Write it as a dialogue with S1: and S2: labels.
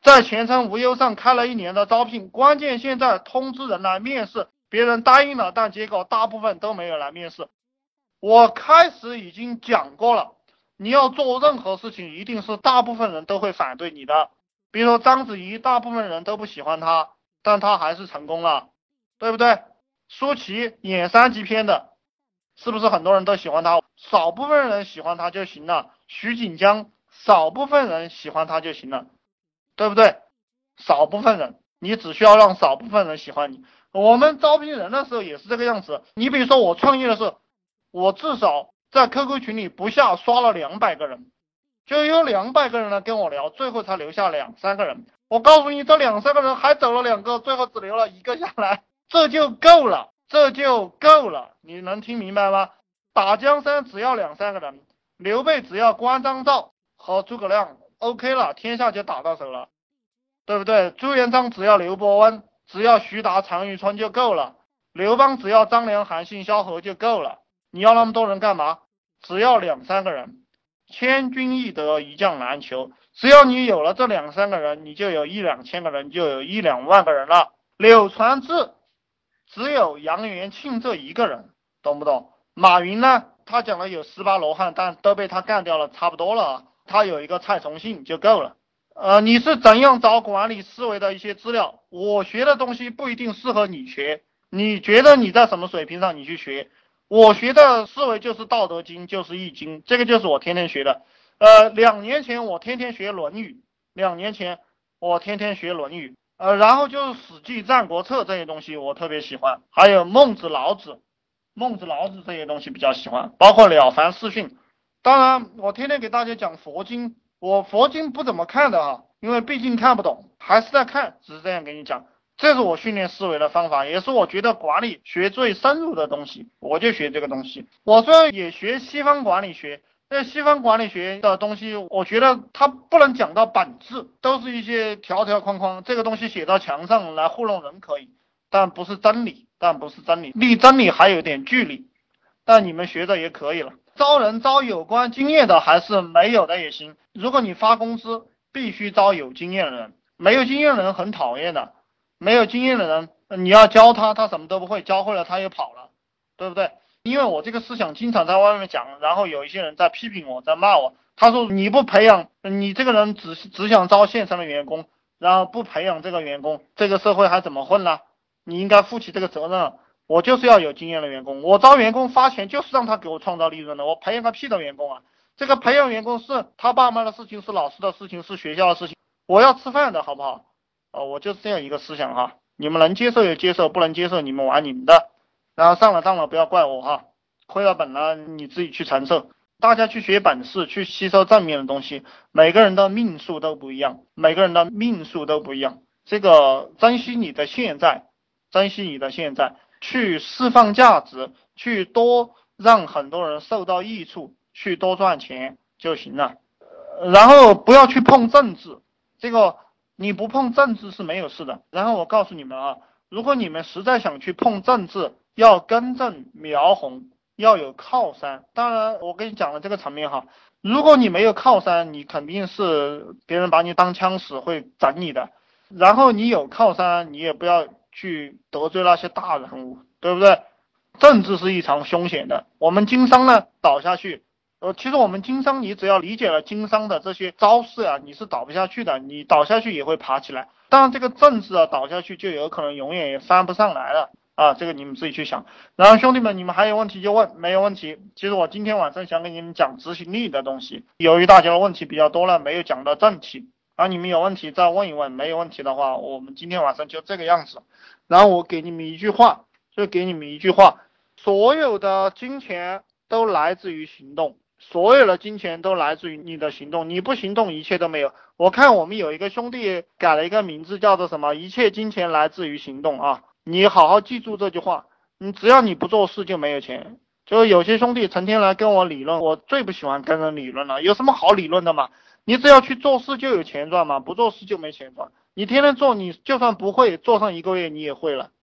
S1: 在前程无忧上开了1年的招聘，关键现在通知人来面试，别人答应了，但结果大部分都没有来面试。我开始已经讲过了，你要做任何事情，一定是大部分人都会反对你的。比如说章子怡，大部分人都不喜欢她，但她还是成功了，对不对？舒淇演3级片的，是不是很多人都喜欢她？少部分人喜欢她就行了。徐锦江，少部分人喜欢她就行了，对不对？少部分人，你只需要让少部分人喜欢你。我们招聘人的时候也是这个样子。你比如说我创业的时候，我至少在 QQ 群里不下刷了200个人，就有200个人来跟我聊，最后才留下2-3个人。我告诉你，这2-3个人还走了2个，最后只留了1个下来，这就够了，这就够了。你能听明白吗？打江山只要2-3个人，刘备只要关张赵和诸葛亮 OK 了，天下就打到手了，对不对？朱元璋只要刘伯温，只要徐达、常遇春就够了。刘邦只要张良、韩信、萧何就够了。你要那么多人干嘛？只要2-3个人，千军易得，一将难求。只要你有了这2-3个人，你就有1-2千个人，就有1-2万个人了。柳传志只有杨元庆这1个人，懂不懂？马云呢，他讲了有18罗汉，但都被他干掉了，差不多了。他有一个蔡崇信就够了。你是怎样找管理思维的一些资料？我学的东西不一定适合你学，你觉得你在什么水平上你去学。我学的思维就是道德经，就是易经，这个就是我天天学的。2年前我天天学论语，2年前我天天学论语。然后就是史记、战国策这些东西我特别喜欢，还有孟子、老子这些东西比较喜欢，包括了凡四训。当然我天天给大家讲佛经，我佛经不怎么看的啊，因为毕竟看不懂，还是在看，只是这样给你讲。这是我训练思维的方法，也是我觉得管理学最深入的东西，我就学这个东西。我虽然也学西方管理学，这西方管理学的东西，我觉得它不能讲到本质，都是一些条条框框，这个东西写到墙上来糊弄人可以，但不是真理，离真理还有点距离，但你们学的也可以了。招人招有关经验的还是没有的也行，如果你发工资必须招有经验的人，没有经验的人很讨厌的。没有经验的人，你要教他，他什么都不会，教会了他也跑了，对不对？因为我这个思想经常在外面讲，然后有一些人在批评我，在骂我，他说你不培养，你这个人只想招现成的员工，然后不培养这个员工，这个社会还怎么混呢？你应该负起这个责任。我就是要有经验的员工，我招员工发钱就是让他给我创造利润的，我培养个屁的员工啊！这个培养员工是他爸妈的事情，是老师的事情，是学校的事情，我要吃饭的好不好？我就是这样一个思想哈，你们能接受就接受，不能接受你们玩你们的，然后上了当了不要怪我哈，亏了本了你自己去承受。大家去学本事，去吸收正面的东西，每个人的命数都不一样，这个珍惜你的现在，去释放价值，去多让很多人受到益处，去多赚钱就行了。然后不要去碰政治，这个你不碰政治是没有事的。然后我告诉你们啊，如果你们实在想去碰政治，要根正苗红，要有靠山。当然我跟你讲了这个层面哈，如果你没有靠山，你肯定是别人把你当枪使，会整你的。然后你有靠山，你也不要去得罪那些大人物，对不对？政治是异常凶险的，我们经商呢倒下去，其实我们经商，你只要理解了经商的这些招式啊，你是倒不下去的，你倒下去也会爬起来。当然这个政治啊倒下去就有可能永远也翻不上来了啊，这个你们自己去想。然后兄弟们，你们还有问题就问，没有问题。其实我今天晚上想跟你们讲执行力的东西，由于大家的问题比较多了，没有讲到正题。你们有问题再问一问，没有问题的话，我们今天晚上就这个样子。然后我给你们一句话，所有的金钱都来自于行动。所有的金钱都来自于你的行动，你不行动一切都没有。我看我们有一个兄弟改了一个名字叫做什么，一切金钱来自于行动啊，你好好记住这句话，只要你不做事就没有钱。就有些兄弟成天来跟我理论，我最不喜欢跟人理论了，有什么好理论的嘛？你只要去做事就有钱赚嘛，不做事就没钱赚。你天天做，你就算不会，做上1个月你也会了。